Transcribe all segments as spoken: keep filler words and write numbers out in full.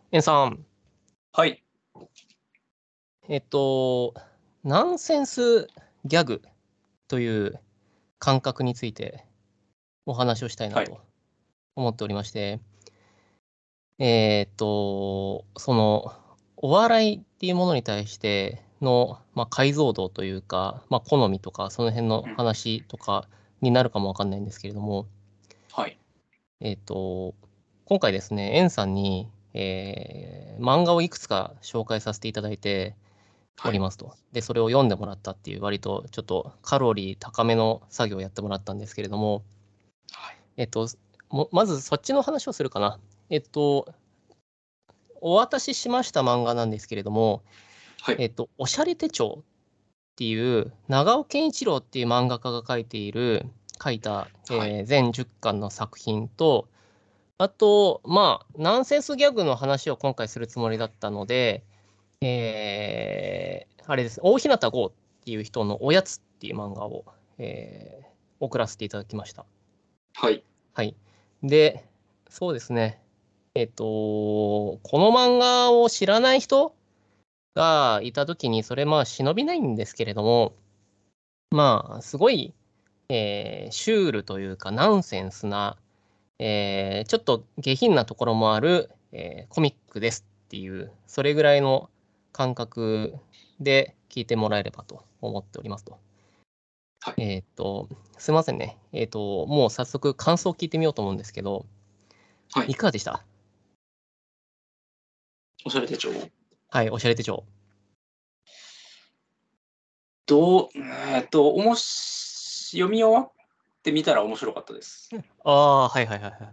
エンさん、 はい。 えっと、ナンセンスギャグという感覚についてお話をしたいなはい。 と思っておりまして、えっと、その、お笑いっていうものに対しての、まあ、解像度というか、まあ、好みとか、その辺のうん。 話とかになるかもわかんないんですけれども、 はい。 えっと、今回ですね、エンさんに、えー漫画をいくつか紹介させていただいて、おはい。 りますと。で、それを読んでもらったっていう、割とちょっとカロリー高めの作業をやってもらったんですけれども、 はい。 えっと、もまずそっちの話をするかな。えっと、お渡ししました漫画なんですけれども、 はい。 えっと、おしゃれ手帳っていう、長尾健一郎っていう漫画家が書いている、書いた、 はい。 えー全じゅっかんの作品と、あと、まあ、ナンセンスギャグの話を今回するつもりだったので、えー、あれです。大日向剛っていう人のおやつっていう漫画を、えー送らせていただきました。 はい。 はい。で、そうですね。えっと、この漫画を知らない人がいたときに、それまあ忍びないんですけれども、まあ、すごい、えーシュールというかナンセンスな、えーちょっと下品なところもある、えーコミックですっていう、それぐらいの感覚で聞いてもらえればと思っておりますと。 はい。 えーっと、すいませんね。えーっと、もう早速感想を聞いてみようと思うんですけど、 はい。 いかがでした？ おしゃれ手帳。 はい、おしゃれ手帳。 どう、えーっと、おもし読み終わってみたら面白かったです。 ああ、はいはいはいはい。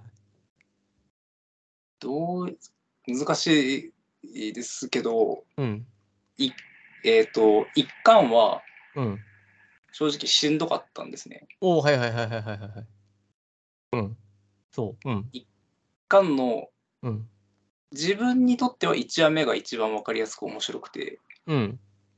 どう、難しいですけど、 うん、 いえーっと、一巻はうん。 正直しんどかったんですね。 おお、はいはいはいはいはいはいはい。うん、そう、うん、 一巻のうん、 自分にとってはいちわめが一番わかりやすく面白くて、 うん、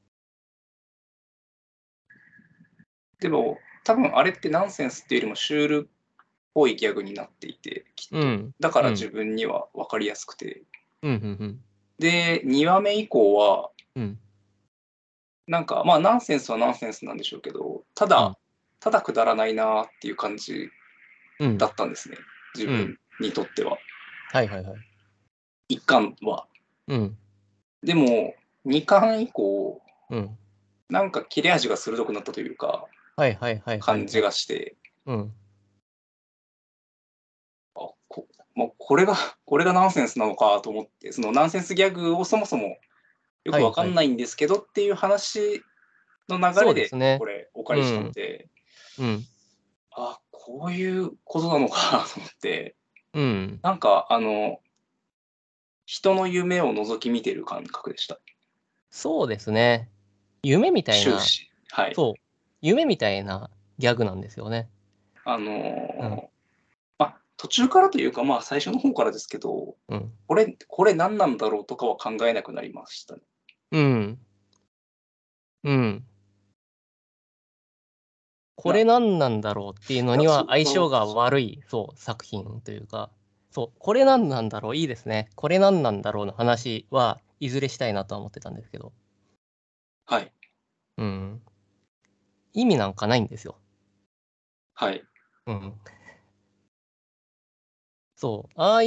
でも、多分あれってナンセンスっていうよりもシュールっぽいギャグになっていて、きっと。 うん、 だから自うん、 分には分かりやすくて。 うん、うん、 で、にわめ以降は、 うん、 なんか、まあ、ナンセンスはナンセンスなんでしょうけど、たうん、 だ、ただくだらないなっていう感じうん、 だったんですね。自うん。 分にとっては。 はいはいはい。 一巻は。 うん、 でも、二巻以降、 うん。 なんか切れ味が鋭くなったというか、 はいはいはいはい感じはい。 がして、 うん。 あ、こもうこれがこれがナンセンスなのかと思って、そのナンセンスギャグをそもそもよくはいはい。 わかんないんですけどっていう話の流そうれで、 ですね。 これお借りしたのうん。 で、 うん。 あ、こういうことなのかと思って、 うん。 なんかあの、人の夢を覗き見てる感覚でした。 そうですね。夢みたいな、 終始。はい。 そう。夢みたいなギャグなんですよね。 あうん。 の、ま、途中からというか、まあ、最初の方からですけど、 うん。 これこれ何なんだろうとかは考えなくなりましたね。 うん。うん。これな何なんだろうっていうのいや、 にはそ相性がう、 悪い、そう、作品というか、そう、これ何なんだろう、いいですね。これ何なんだろうの話はいずれしたいなとは思ってたんですけど、 はい、 うん。意味なんかないんですよ。 はい。 うん。そう。ああいう、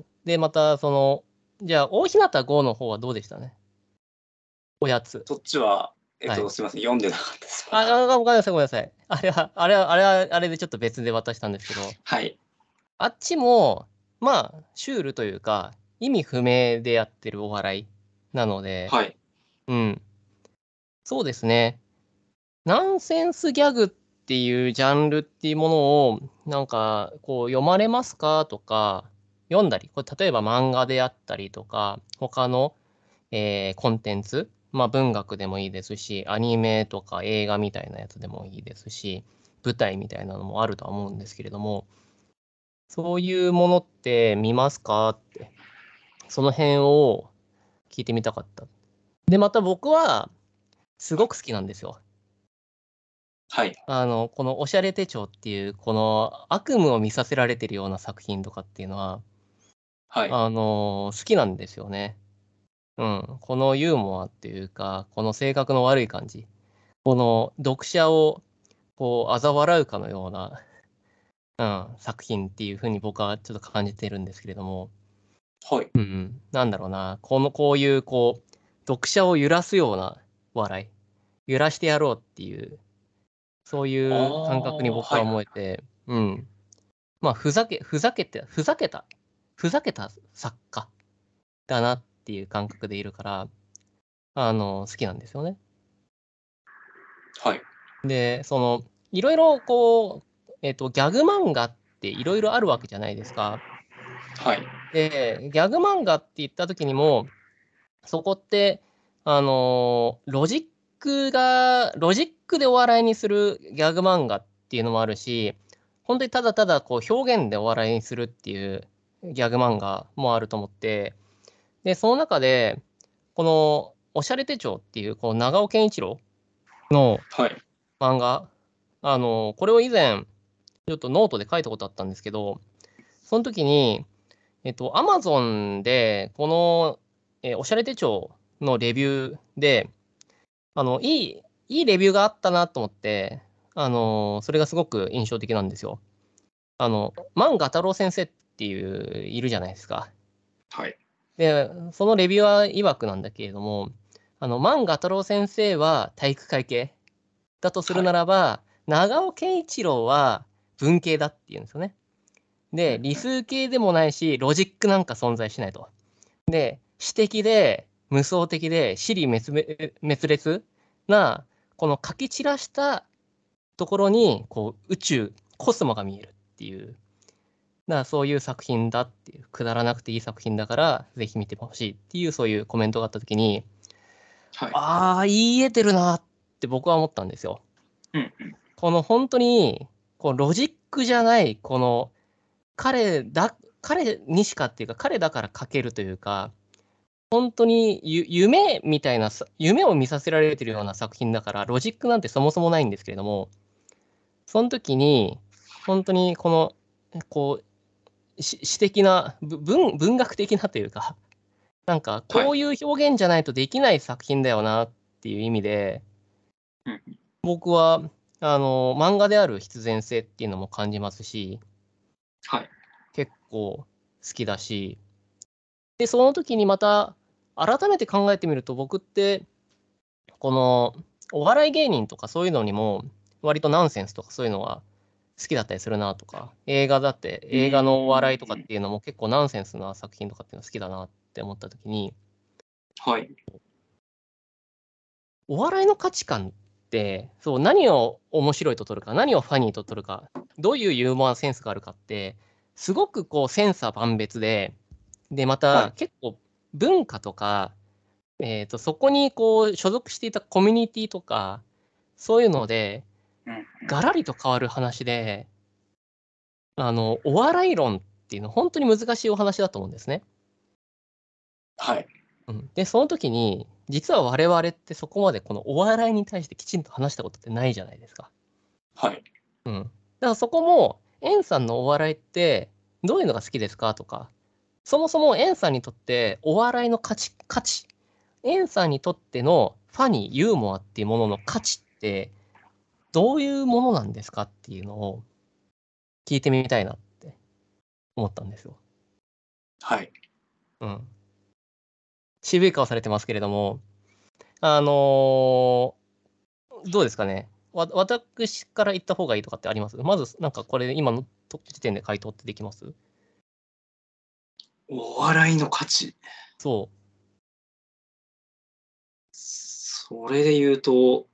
で、また、その、じゃあ、大日向剛の方はどうでしたね。おやつ。 そっちは、えっと、 はい。 すいません、読んでなかったです、まあ、 だ。 あごめんなさい、ごめんなさい。あれは、あれは、あれは、あれでちょっと別で渡したんですけど、 はい、 あっちも、まあ、シュールというか、意味不明でやってるお笑いなので、 はい、 うん。そうですね。ナンセンスギャグっていうジャンルっていうものを、なんか、こう、読まれますかとか、読んだり、これ例えば漫画であったりとか、他の、えーコンテンツ、まあ文学でもいいですし、アニメとか映画みたいなやつでもいいですし、舞台みたいなのもあるとは思うんですけれども、そういうものって見ますかって、その辺を聞いてみたかった。で、また僕はすごく好きなんですよ。 はい、 あの、このおしゃれ手帳っていう、この悪夢を見させられてるような作品とかっていうのは、 はい。 あの、好きなんですよね。うん。このユーモアっていうか、この性格の悪い感じ。この読者をこう嘲笑うかのような、うん、作品っていう風に僕はちょっと感じてるんですけれども。 はい。 うんうん。なんだろうな、このこういうこう、読者を揺らすような笑い、揺らしてやろうっていう、そうあいう感覚にあ、 僕ははいはい。 思えて、うん。まあ、ふざけふざけてふざけたふざけた作家だなっていう感覚でいるから、あの、好きなんですよね。 はい。 で、その、いろいろこう、えっと、ギャグ漫画っていろいろあるわけじゃないですか。 はい。 で、ギャグ漫画って言った時にも、そこって、あの、ロジックがロジックでお笑いにするギャグ漫画っていうのもあるし、ほんとにただただこう表現でお笑いにするっていうギャグ漫画もあると思って、で、その中で、このおしゃれ手帳っていうこう長尾健一郎のはい。 漫画、あの、これを以前、ちょっとノートで書いたことあったんですけど、そん時に、えっと、Amazon で、この、え、おしゃれ手帳のレビューで、あの、いいいいレビューがあったなと思って、あの、それがすごく印象的なんですよ。あの、万画太郎先生っていういるじゃないですか。 はい。 で、そのレビュアー曰くなんだけれども、あの、万画太郎先生は体育会系だとするはい。 ならば、長尾健一郎は文系だって言うんですよね。で、 うんうん。 理数系でもないし、ロジックなんか存在しないと。で、詩的で、無双的で、支離滅滅滅裂な、この書き散らしたところに、こう、宇宙、コスモが見えるっていう、だからそういう作品だっていう、くだらなくていい作品だから、ぜひ見てほしいっていう、そういうコメントがあった時に、 はい。 ああ、言い得てるなって僕は思ったんですよ。 うんうん。 この本当に、こうロジックじゃない、この彼だ彼にしかっていうか、彼だから書けるというか、本当にゆ夢みたいなさ夢を見させられてるような作品だから、ロジックなんてそもそもないんですけれども、そん時に、本当にこの、こう、し詩的な、ぶ文文学的なというか、なんかはい。 こういう表現じゃないとできない作品だよなっていう意味で、 うんうん。 僕はあの、漫画である必然性っていうのも感じますし、 はい。 結構好きだし、で、その時にまた改めて考えてみると、僕って、このお笑い芸人とかそういうのにも、割とナンセンスとかそういうのは好きだったりするなとか、映画だってう映画のおー笑いとかっん。 ていうのも結構ナンセンスな作品とかっていうの好きだなって思った時に、 はい。 お笑いの価値観って、そう、何を面白いと取るか、何をファニーと取るか、どういうユーモアセンスがあるかって、すごくこう千差万別で、で、またはい。 結構文化とか、えっと、そこにこう所属していたコミュニティとか、そういうので、 うんうん。 ガラリと変わる話で、あの、お笑い論っていうのはほんとに難しいお話だと思うんですね。 はい。 うん。で、その時に、実は我々ってそこまでこのお笑いに対してきちんと話したことってないじゃないですか。 はい。 うん。だからそこも、エンさんのお笑いってどういうのが好きですかとか、そもそもエンさんにとってお笑いの価値価値、エンさんにとってのファニー、ユーモアっていうものの価値ってどういうものなんですかっていうのを聞いてみたいなって思ったんですよ。 はい。 うん。渋い顔されてますけれども、あの、どうですかね。わ私から言った方がいいとかってあります？まずなんかこれ今のと時点で回答ってできます？ お笑いの価値。 そう。 それで言うと、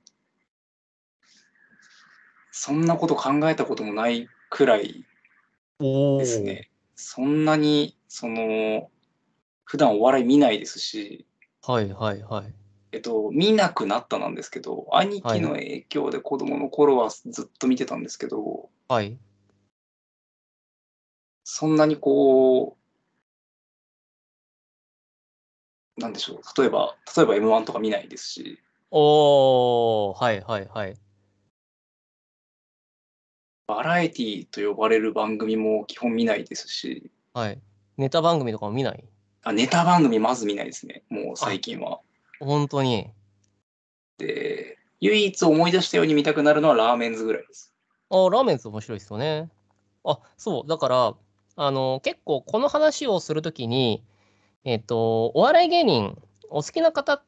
そんなこと考えたこともないくらいおお。 ですね。そんなに、その、普段お笑い見ないですし、 はいはいはい。 えっと、見なくなったなんですけど、兄はい。 貴の影響で子供の頃はずっと見てたんですけど、 はい。 そんなにこう、なんでしょう、例えば例えば エムワン とか見ないですし、 おお、はいはいはい。 バラエティと呼ばれる番組も基本見ないですし、 はい。 ネタ番組とかも見ない？ あ、ネタ番組まず見ないですね、もうあ、 最近は。 本当に。 で、唯一思い出したように見たくなるのはラーメンズぐらいです。 あ、ラーメンズ面白いですよね。あ、そう、だから、あの、結構この話をするときに、えっと、お笑い芸人、お好きな方って、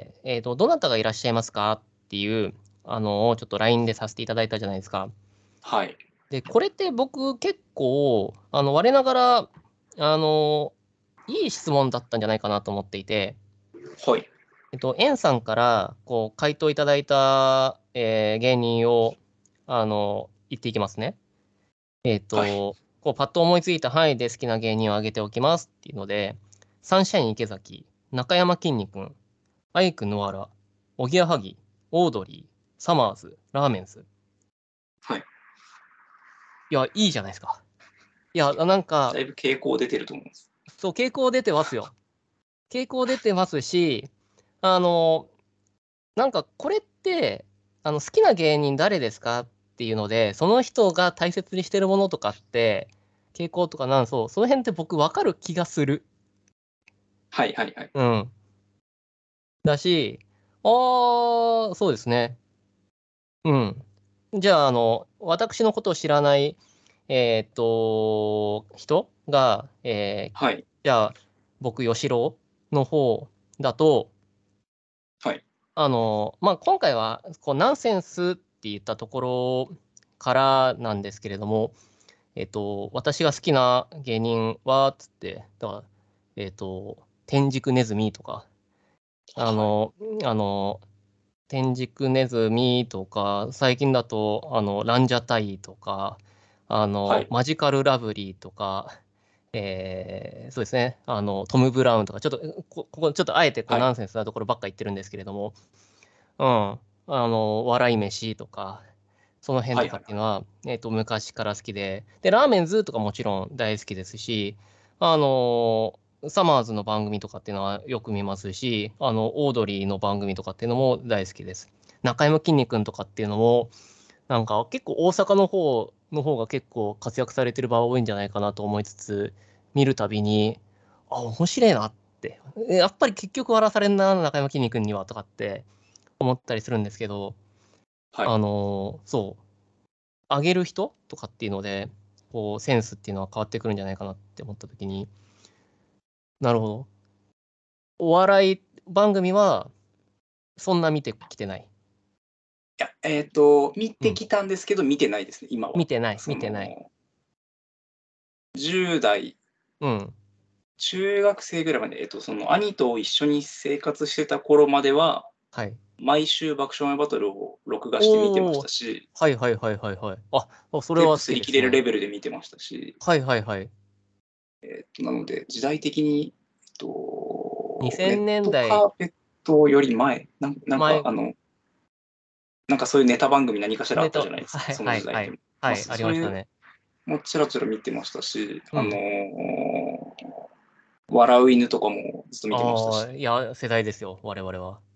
えっと、どなたがいらっしゃいますかっていう、あの、ちょっと ライン でさせていただいたじゃないですか。 はい。 で、これって僕結構、あの、我ながら、あの、いい質問だったんじゃないかなと思っていて、 はい。 えっと、エンさんから、こう、回答いただいた、えー芸人を、あの、言っていきますね。えっはい。 と、こう、パッと思いついた範囲で好きな芸人を挙げておきますっていうので、サンシャイン池崎、中山きんに君、アイクヌアラ、おぎやはぎ、オードリー、サマーズ、ラーメンズ。 はい。 いや、いいじゃないですか。いや、なんか、 だいぶ傾向出てると思うんです。 そう、傾向出てますよ。傾向出てますし、あの、なんかこれって、あの、好きな芸人誰ですかっていうので、その人が大切にしてるものとかって、傾向とかなんそう、その辺って僕わかる気がする。 はいはいはい。 うん。だし、ああ、そうですね。うん。じゃあ、あの、私のことを知らない、えーっと、人が、えーはい。 じゃあ、僕、吉郎の方だと、 はい。 あの、まあ、今回は、こう、ナンセンスって言ったところからなんですけれども、えっと、私が好きな芸人は、つって、だから、えっと、天竺ネズミとか、あはい。 の、あの、天竺ネズミとか、最近だと、あの、ランジャタイとか、あの、 はい。 マジカルラブリーとか、えーそうですね、あの、トム・ブラウンとか、ちょっと、こここちょっとあえてこうはい。 ナンセンスなところばっか言ってるんですけれども、うん、あの、笑い飯とか、その辺とはいはいはい。 かっていうのは、えっと、昔から好きで、で、ラーメンズとかもちろん大好きですし、あの、サマーズの番組とかっていうのはよく見ますし、あの、オードリーの番組とかっていうのも大好きです。中山きんに君とかっていうのも、なんか結構大阪の方の方が結構活躍されてる場多いんじゃないかなと思いつつ、見るたびに、あ、面白いなって。えやっぱり結局笑わされんな、中山きんに君にはとかって思ったりするんですけど、あはい。 のそう、上げる人とかっていうので、こう、センスっていうのは変わってくるんじゃないかなって思ったときに、なるほど。お笑い番組は、そんな見てきてない。 いや、えっと、見うん。 てきたんですけど、見てないですね、今は。 見てない、 そ見てない。 の、じゅう代、 うん。 中学生ぐらいまで、えっと、その兄と一緒に生活してた頃までは、 はい。 毎週爆笑バトルを録画して見てましおー。 たし、 はいはいはいはいはい。あ、あそれは好テープ擦り切れるレきですね。 ベルで見てましたし、 はいはいはい。 えっと、なので、時代的に、えっと、レッにせんねんドだいカーペットより前、なんなんか、 前、 あの、なんかそういうネタ番組何かしらあったじネタ、 ゃないですか、 はいそのはいはい。 時代でも。まあ、 はい、 そそういうありましたね。 もちらちら見てましたし、あのうん。 笑う犬とかもずっと見てましたし、 ああ、いや、世代ですよ、我々は。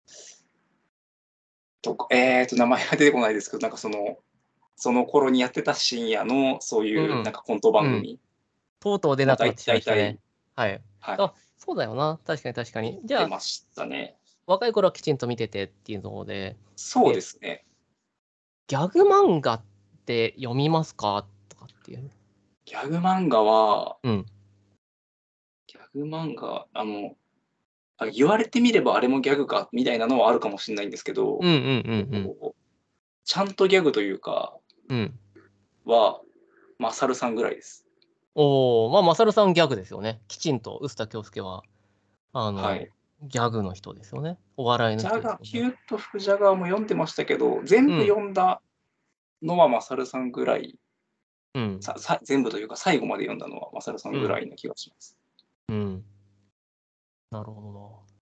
とか、えっと、名前が出てこないですけど、なんかその、その頃にやってた深夜のそういうなんうん。 かコントうん。 番組とうとう出はだいなくなってしまいましたね。 大体、 はい。 はい、 あ、そうだよな。確かに確かに。じゃあ、 見てましたね。 若い頃はきちんと見ててっていうので、 そうでえ、 すね。 ギャグ漫画って読みますかとかっていう。 ギャグ漫画は、 うん。 ギャグ漫画、あの、あ、言われてみればあれもギャグかみたいなのはあるかもしれないんですけど、 うんうんうんうん。 こうちゃんとギャグというかうん。 は、マサルさんぐらいです。 おお、まあ、マサルさんギャグですよね。きちんと、臼田恭介は、あの、 はい。 ギャグの人ですよね。お笑いのジャガー、 人ですよね。 キュートフジャガーも読んでましたけど、全部うん。 読んだのはマサルさんぐらい、 うん。 ささ全部というか最後まで読んだのはマサルさんぐらうん。 いな気がします。 うん。なるほどな。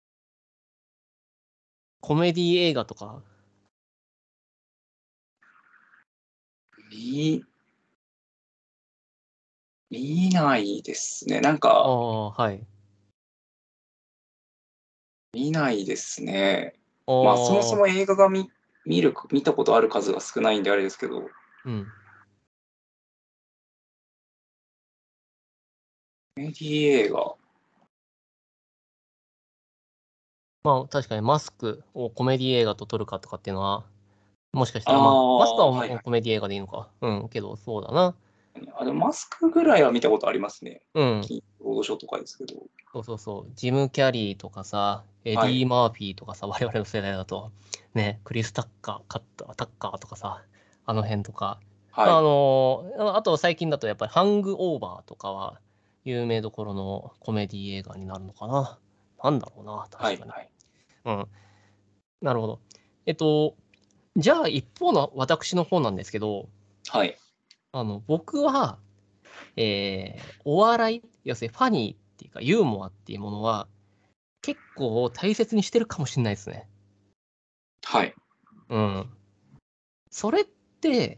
コメディ映画とか。 見見ないですね。なんあか、 あ、はい。 見ないですね。 あまあ、そもそあ、 も映画が見見る見たことある数が少ないんであれですけど、 うん。 メディ映画。 まあ確かにマスクをコメディ映画と撮るかとかっていうのは、もしかしたら、 あまあ、マスクはあ、はいはい。 コメディ映画でいいのか。うん、けどそうだな。 あでもマスクぐらいは見たことありますね。 うん。 金曜ロードショーとかですけど。 そうそうそう。ジム・キャリーとかさ、エディ・はい。 マーフィーとかさ、我々の世代だと、ね、クリス・タッカー、カッター、タッカーとかさ、あの辺とか。まあ、あはい。 の、あと最近だとやっぱりハングオーバーとかは、有名どころのコメディ映画になるのかな。なんだろうな、確かに。 はいはい。 うん。なるほど。えっと、じゃあ一方の私の方なんですけど、 はい。 あの、僕は、えーお笑い、要するにファニーっていうか、ユーモアっていうものは、結構大切にしてるかもしれないですね。 はい。 うん。それって、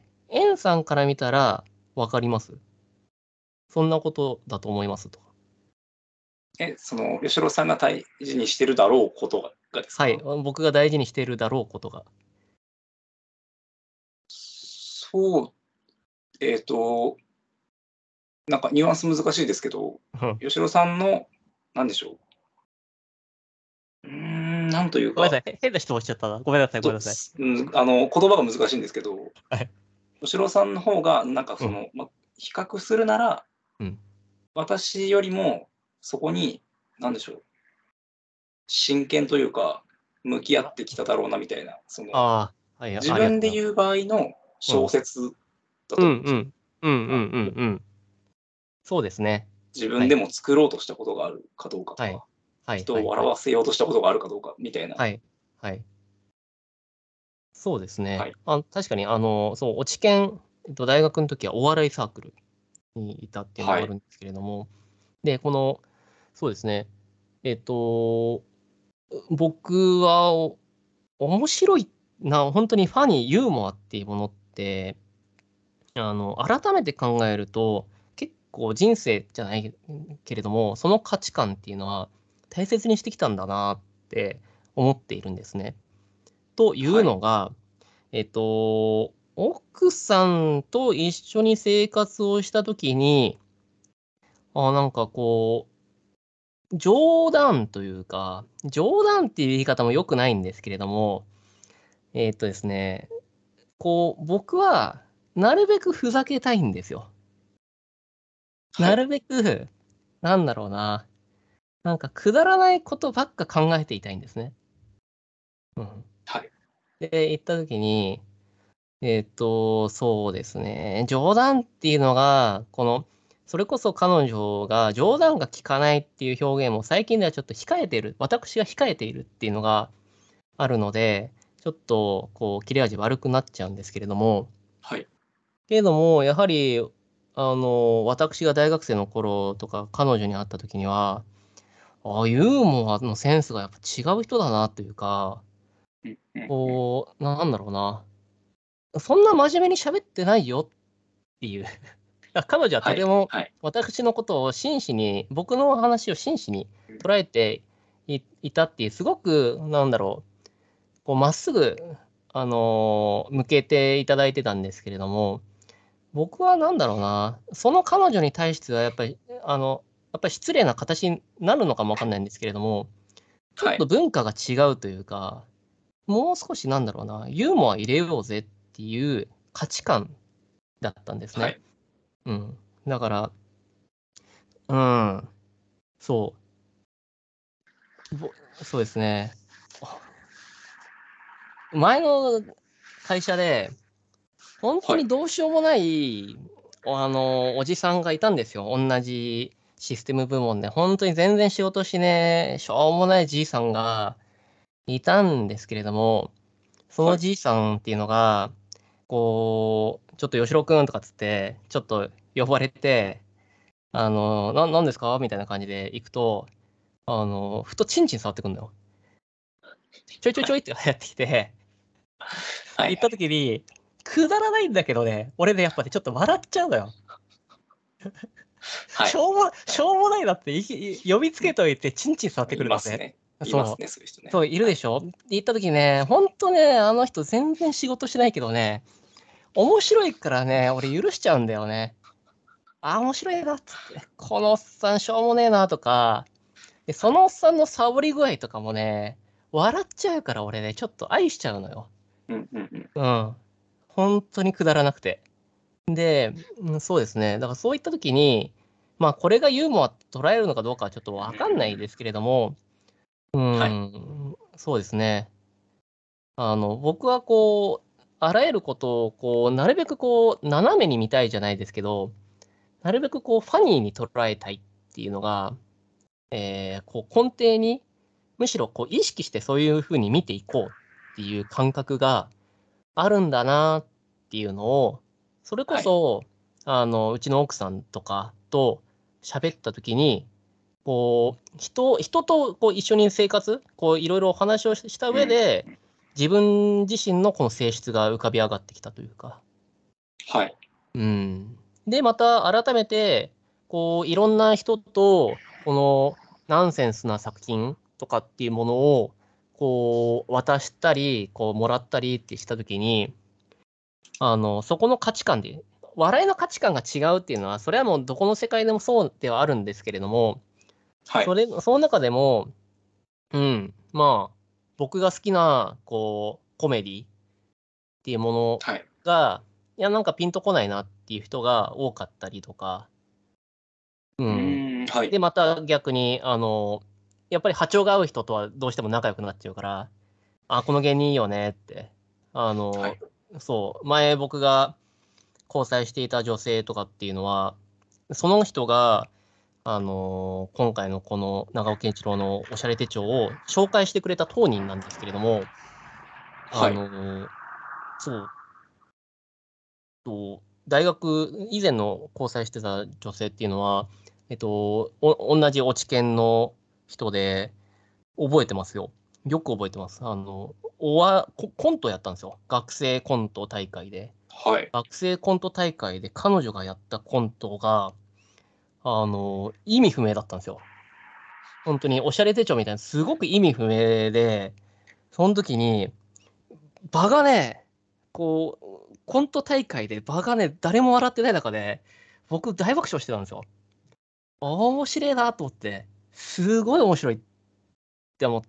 エンさんから見たら分かります？そんなことだと思いますとか。 え、その、吉郎さんが大事にしてるだろうことががですはい。 か？ 僕が大事にしているだろうことが。 そう、えっと、なんかニュアンス難しいですけど、 うん吉郎さんの、なんでしょう、うーん、なんというか、 ごめんなさい。へ変な質問しちゃったな。ごめんなさい。ごめんなさい。 どすうん、あの、言葉が難しいんですけど、 はい。 吉郎さんの方がなんかうん。 その、ま、比較するなら、 うん。 私よりもそこに、なんでしょう、真剣というか、向き合ってきただろうなみたいな、その、 ああ、はい、 自ありがとうございます。 分で言う場合のうん。 小説だうんと思うんですよ。 うん。うんうんはい。 うんうん。そうですね。 自はい。 分でも作ろうとしたことがあるかどうかとはい。 か、 はい人を笑はいはい。 わせようとしたことがあるかどうかみたいな。 はい。はい。そうですね。 はい。 あ、確かに、あの、そう、落研、えっと、大学の時はお笑いサークルにいたっていうのはい。 があるんですけれども、で、この、そうですね、えっと、僕はお面白いな、本当にファニー、ユーモアっていうものって、あの、改めて考えると、結構人生じゃないけれども、その価値観っていうのは大切にしてきたんだなって思っているんですね。というはい。 のが、えっと、奥さんと一緒に生活をした時に、あ、なんかこう、冗談というか、冗談っていう言い方も良くないんですけれども、えっとですね、こう、僕はなるべくふざけたいんですよ。 はい。 なるべく、なんだろうな、なんかくだらないことばっか考えていたいんですね。うん。 はい。 で、行った時に、えっと、そうですね。冗談っていうのが、この、それこそ彼女が冗談が効かないっていう表現も最近ではちょっと控えてる、私が控えているっていうのがあるので、ちょっとこう切れ味悪くなっちゃうんですけれども、 はい。 けれども、やはり、あの、私が大学生の頃とか彼女に会った時には、ああ、ユーモアのセンスがやっぱ違う人だなというか、 うんうんうん。 こう、なんだろうな、そんな真面目に喋ってないよっていう。あ、彼女ははい。 とてもはい。 私のことを真摯に、僕の話を真摯にうん。 捉えていいたっていう、すごくなんだろう、こうまっすぐ、あの、向けていただいてたんですけれども、僕はなんだろうな、その彼女に対してはやっぱり、あの、やっぱり失礼な形になるのかもわかんないんですけれども、ちょっとはい。 文化が違うというか、もう少しなんだろうな、ユーモア入れようぜっていう価値観だったんですね。 はい。 うん。だからうん、そう。ぼそうですね。あ、前の会社で、ほんとはい。 にどうしようもない、あの、おじさんがいたんですよ。おんなじシステム部門で、ほんとに全然仕事しねえ、しょうもないじいさんがいたんですけれども、そはい。 のじいさんっていうのが、こう、ちょっと「吉郎君」とかっつって、ちょっと呼ばれて、あの、「ななんですか？」みたいな感じで行くと、あの、ふとチンチン触ってくんのよ。ちょいちょいちょいってやってきて、行ったはいはい。 時に、くだらないんだけどね、俺ね、やっぱね、ちょっと笑っちゃうのよ。 はい。 しょうもしょうもないなって、いい呼びつけといて、チンチン触ってくいるのね。 ますね。いますそね、そういう人う。 ね。 そう、いるはい。 でしょ？で、行った時ね、ほんとね、あの人全然仕事してないけどね、面白いからね、俺許しちゃうんだよね。 あー面白いなっつって、このおっさんしょうもねえなとか、でそのおっさんのサボり具合とかもね、笑っちゃうから俺ね、ちょっと愛しちゃうのよ。 うんうんうん。 うん。本当にくだらなくて。で、うん、そうですね。だからそういった時に、まあこれがユーモアと捉えるのかどうかはちょっとわかんないですけれども、うはい。 ん、そうですね。あの、僕はこう、あらゆることをこう、なるべくこう、斜めに見たいじゃないですけど、なるべくこう、ファニーに捉えたいっていうのが、えーこう根底に、むしろこう意識してそういう風に見ていこうっていう感覚があるんだなっていうのを、それこはい。 そ、あの、うちの奥さんとかと喋った時に、こう、人人とこう一緒に生活、こういろいろお話をしたうん。 上で、自分自身のこの性質が浮かび上がってきたというか。 はい。 うん。で、また改めて、こういろんな人と、このナンセンスな作品とかっていうものを、こう渡したり、こうもらったりってした時に、あの、そこの価値観で、笑いの価値観が違うっていうのは、それはもうどこの世界でもそうではあるんですけれども、 はい。 それ、その中でも、うん、まあ、僕が好きな、こう、コメディっていうものはい。 が、いや、なんかピンとこないなっていう人が多かったりとか、ううん。 ーん。はで、 い。 また逆に、あの、やっぱり波長が合う人とはどうしても仲良くなっちゃうから、あ、この芸人いいよねって、あの、 はい。 そう、前僕が交際していた女性とかっていうのは、その人が、あのー今回のこの長尾健一郎のおしゃれ手帳を紹介してくれた当人なんですけれども、あはい。 のーそうと、大学以前の交際してた女性っていうのは、えっと、お同じ落研の人で、覚えてますよ。よく覚えてます。あの、おわココントやったんですよ。学生コント大会で。 はい。 学生コント大会で彼女がやったコントが、あの、意味不明だったんですよ。本当におしゃれ手帳みたいな、すごく意味不明で、その時に、場がね、こう、コント大会で場がね、誰も笑ってない中で、僕大爆笑してたんですよ。面白いなと思って、すごい面白いって思って、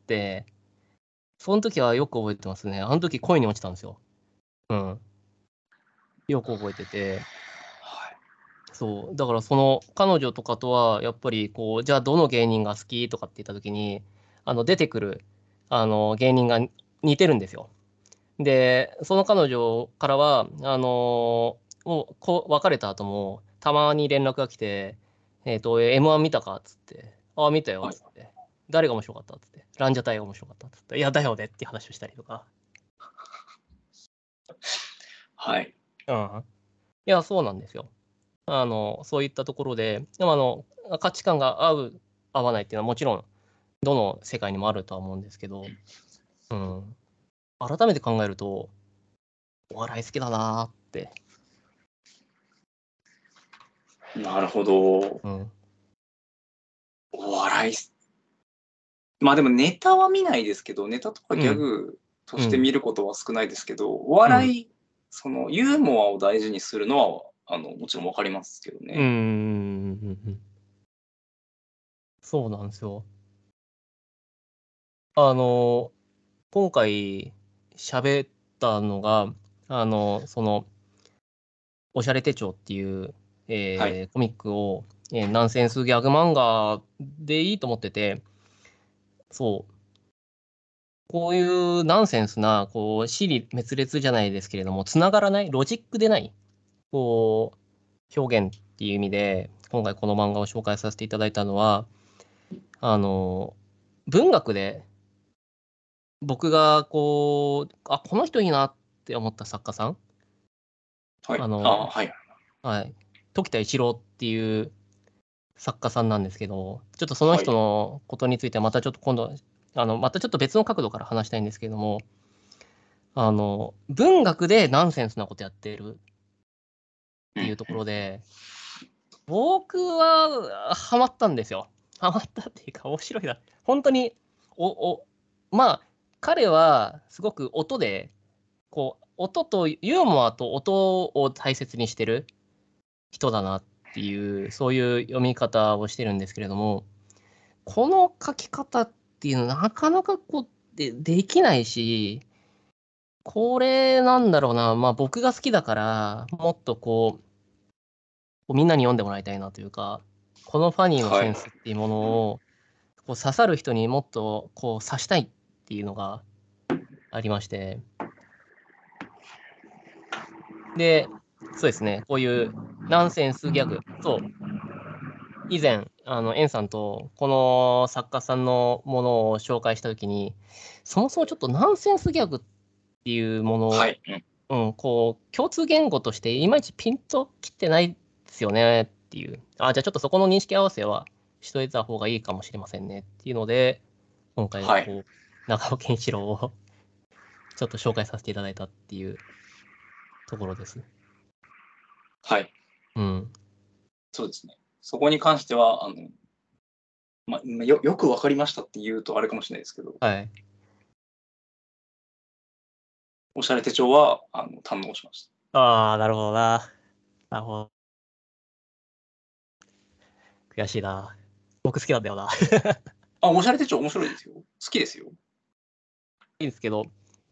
その時はよく覚えてますね。あの時恋に落ちたんですよ。うん。よく覚えてて。 はい。 そう。だからその彼女とかとは、やっぱりこう、じゃあどの芸人が好きとかって言った時に、あの、出てくる、あの、芸人が似てるんですよ。で、その彼女からは、あのもうこう別れた後も、たまに連絡が来て、えっと、エムワン 見たかっつって、ああ、見たよっはい。 つって、誰が面白かったっつって、ランジャタイが面白かったっつって、いや、だよねって話をしたりとか。 はい。 うん。いや、そうなんですよ。あの、そういったところで、でもあの、価値観が合う、合わないっていうのはもちろん、どの世界にもあるとは思うんですけど、うん。改めて考えると、お笑い好きだなーって。 なるほど。 うん。 お笑いすまあ、でもネタは見ないですけど、ネタとかギャうん。 グとしてうん。 見ることは少ないですけど、おうん。 笑い、そのユーモアを大事にするのは、あの、もちろん分かりますけどうーね。 ん。そうなんですよ。あの、今回喋ったのが、あの、その、おしゃれ手帳っていう、 はい。 えーコミックを、えーナンセンスギャグ漫画でいいと思ってて、そう、こういうナンセンスな、こう、支離滅裂じゃないですけれども、つながらない、ロジックでない、こう、表現っていう意味で、今回この漫画を紹介させていただいたのは、あの、文学で僕がこう、あ、この人いいなって思った作家さん、 はい。 あの、 ああ、はい。 はい、時田一郎っていう作家さんなんですけど、ちょっとその人はい。 のことについてはまたちょっと今度、あの、またちょっと別の角度から話したいんですけれども、あの、文学でナンセンスなことやってるっうん、 ていうところで、僕はハマったんですよ。ハマったっていうか面白いな。本当に、お、お、まあ、彼はすごく音で、こう、音と、ユーモアと音を大切にしてる人だなっっていう、そういう読み方をしてるんですけれども、この書き方っていうのはなかなかこうでできないし、これなんだろうな、まあ僕が好きだから、もっとこう、こうみんなに読んでもらいたいなというか、このファニーのセンスっていうものを、こう刺さる人にもっとこう刺したいっていうのがありまして。で、そうですね、こういうナンセンスギャグ、そう。以前、あの、エンさんとこの作家さんのものを紹介したときに、そもそもちょっとナンセンスギャグっていうもの、 はい。 うん、こう、共通言語としていまいちピンときてないですよねっていう。あ、じゃあちょっとそこの認識合わせはしといた方がいいかもしれませんねっていうので、今回、こう、 はい。 長尾健一郎をちょっと紹介させていただいたっていうところです。 はい。 うん。 そうですね。そこに関しては、あの、まあ、よよくわかりましたって言うとあれかもしれないですけど、 はい。 おしゃれ手帳はあの堪能しました。 ああ、なるほどな。なるほど。悔しいな。僕好きなんだよな。 あ、おしゃれ手帳面白いですよ。好きですよ。 いいんですけど、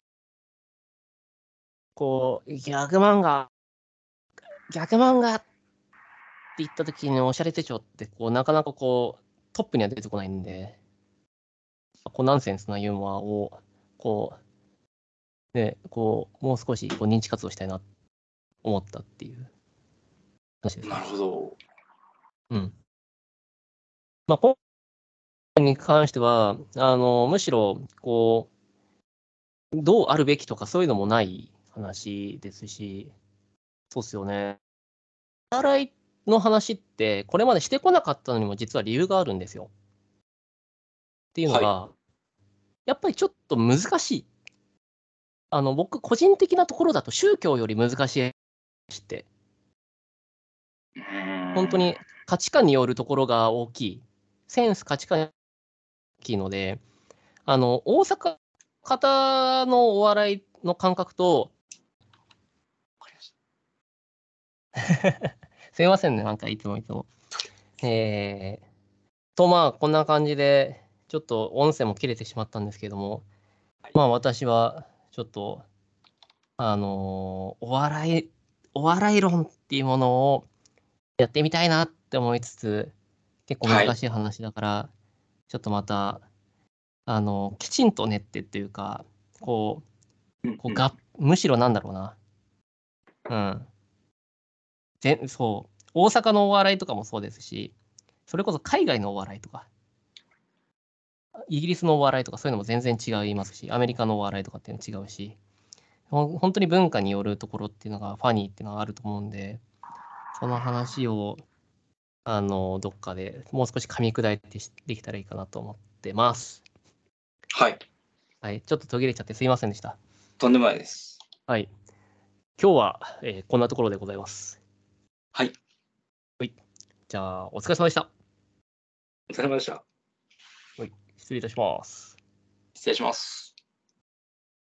こう、ギャグ漫画、ギャグ漫画って言った時におしゃれ手帳って、こう、なかなかこう、トップには出てこないんで、こう、ナンセンスなユーモアを、こう、ね、こう、もう少しこう認知活動したいなと思ったっていう話ですなね。 るほど。 うん。まあ、今回に関しては、あの、むしろ、こう、どうあるべきとかそういうのもない話ですし、そうっすよね。お笑いの話って、これまでしてこなかったのにも実は理由があるんですよ。っていうのはい。 が、やっぱりちょっと難しい。あの、僕、個人的なところだと宗教より難しいって、 うーん。 本当に価値観によるところが大きい。センス、価値観が大きいので、あの、大阪方のお笑いの感覚と、 わかりましすいませんね、なんかいつもいつも。えー、と、まあ、こんな感じで、ちょっと音声も切れてしまったんですけども、まあ、私は、ちょっと、あのーお笑い、お笑い論っていうものをやってみたいなって思いつつ、結構た。はい。 難しい話だから、ちょっとまた、あの、きちんと練ってっていうか、こう、こううんうん。 がむしろなんだろうな。うん。ぜそう。大阪のお笑いとかもそうですし、それこそ海外のお笑いとか、イギリスのお笑いとかそういうのも全然違いますし、アメリカのお笑いとかっていうの違うし、ほん本当に文化によるところっていうのが、ファニーっていうのがあると思うんで、その話を、あの、どっかでもう少し噛み砕いてしできたらいいかなと思ってます。 はい。 はい。ちょっと途切れちゃってすいませんでした。 とんでもないです。 はい。今日は、えーこんなところでございます。 はい。 はい。じゃあ、お疲れ様でした。 お疲れ様でした。 はい。失礼いたします。 失礼します。